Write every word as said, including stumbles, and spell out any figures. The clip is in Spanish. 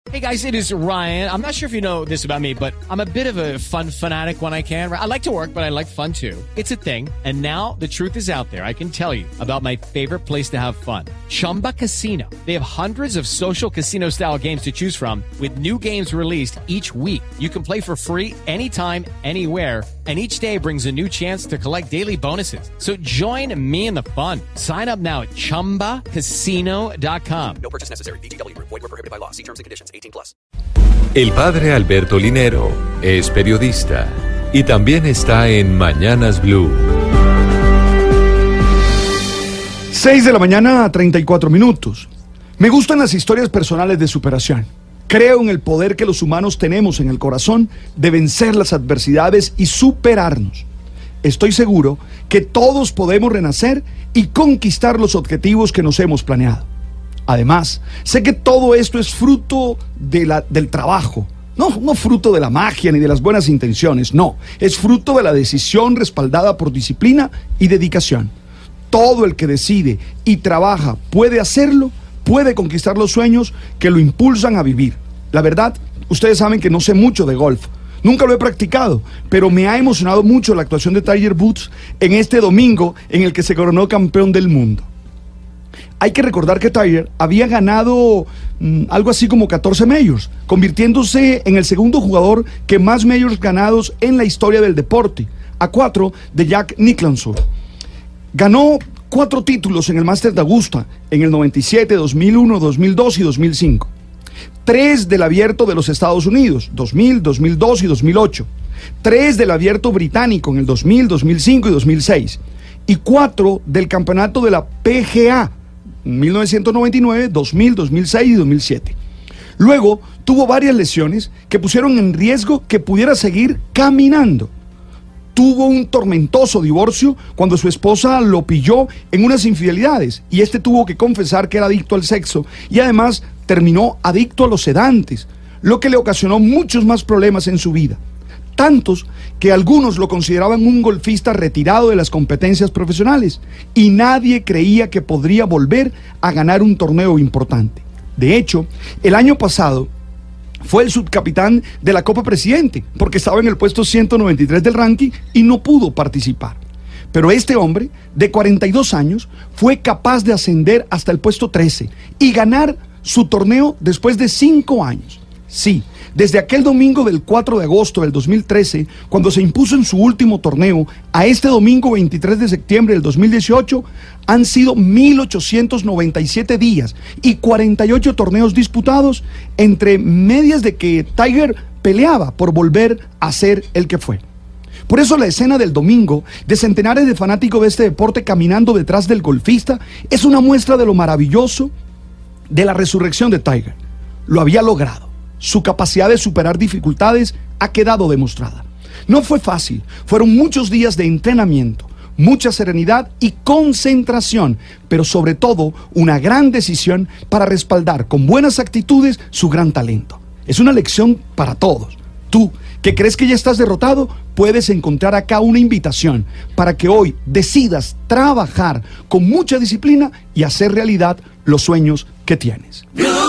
Hey guys, it is Ryan. I'm not sure if you know this about me, but I'm a bit of a fun fanatic when I can. I like to work, but I like fun too. It's a thing. And now the truth is out there. I can tell you about my favorite place to have fun. Chumba Casino. They have hundreds of social casino style games to choose from with new games released each week. You can play for free anytime, anywhere. And each day brings a new chance to collect daily bonuses. So join me in the fun. Sign up now at chumba casino dot com. No purchase necessary. V G W. Void where prohibited by law. See terms and conditions. eighteen plus. El padre Alberto Linero es periodista y también está en Mañanas Blue. seis de la mañana, treinta y cuatro minutos. Me gustan las historias personales de superación. Creo en el poder que los humanos tenemos en el corazón de vencer las adversidades y superarnos. Estoy seguro que todos podemos renacer y conquistar los objetivos que nos hemos planeado. Además, sé que todo esto es fruto de la, del trabajo, no, no fruto de la magia ni de las buenas intenciones, no, es fruto de la decisión respaldada por disciplina y dedicación. Todo el que decide y trabaja puede hacerlo, puede conquistar los sueños que lo impulsan a vivir. La verdad, ustedes saben que no sé mucho de golf, nunca lo he practicado, pero me ha emocionado mucho la actuación de Tiger Woods en este domingo en el que se coronó campeón del mundo. Hay que recordar que Tiger había ganado mmm, algo así como catorce majors, convirtiéndose en el segundo jugador que más majors ganados en la historia del deporte, a cuatro de Jack Nicklaus. Ganó cuatro títulos en el Masters de Augusta, en el noventa y siete, dos mil uno, dos mil dos y dos mil cinco. Tres del Abierto de los Estados Unidos, dos mil, dos mil dos y dos mil ocho. Tres del Abierto Británico en el dos mil, dos mil cinco y dos mil seis. Y cuatro del Campeonato de la P G A, mil novecientos noventa y nueve, dos mil, dos mil seis y dos mil siete. Luego tuvo varias lesiones que pusieron en riesgo que pudiera seguir caminando. Tuvo un tormentoso divorcio cuando su esposa lo pilló en unas infidelidades y este tuvo que confesar que era adicto al sexo y además terminó adicto a los sedantes, lo que le ocasionó muchos más problemas en su vida. Tantos que algunos lo consideraban un golfista retirado de las competencias profesionales y nadie creía que podría volver a ganar un torneo importante. De hecho, el año pasado fue el subcapitán de la Copa Presidente porque estaba en el puesto ciento noventa y tres del ranking y no pudo participar. Pero este hombre, de cuarenta y dos años, fue capaz de ascender hasta el puesto trece y ganar su torneo después de cinco años. Sí, desde aquel domingo del cuatro de agosto del dos mil trece, cuando se impuso en su último torneo, a este domingo veintitrés de septiembre del dos mil dieciocho, han sido mil ochocientos noventa y siete días y cuarenta y ocho torneos disputados entre medias de que Tiger peleaba por volver a ser el que fue. Por eso la escena del domingo, de centenares de fanáticos de este deporte caminando detrás del golfista, es una muestra de lo maravilloso de la resurrección de Tiger. Lo había logrado. Su capacidad de superar dificultades ha quedado demostrada. No fue fácil, fueron muchos días de entrenamiento, mucha serenidad y concentración, pero sobre todo una gran decisión para respaldar con buenas actitudes su gran talento. Es una lección para todos. Tú, que crees que ya estás derrotado, puedes encontrar acá una invitación para que hoy decidas trabajar con mucha disciplina y hacer realidad los sueños que tienes.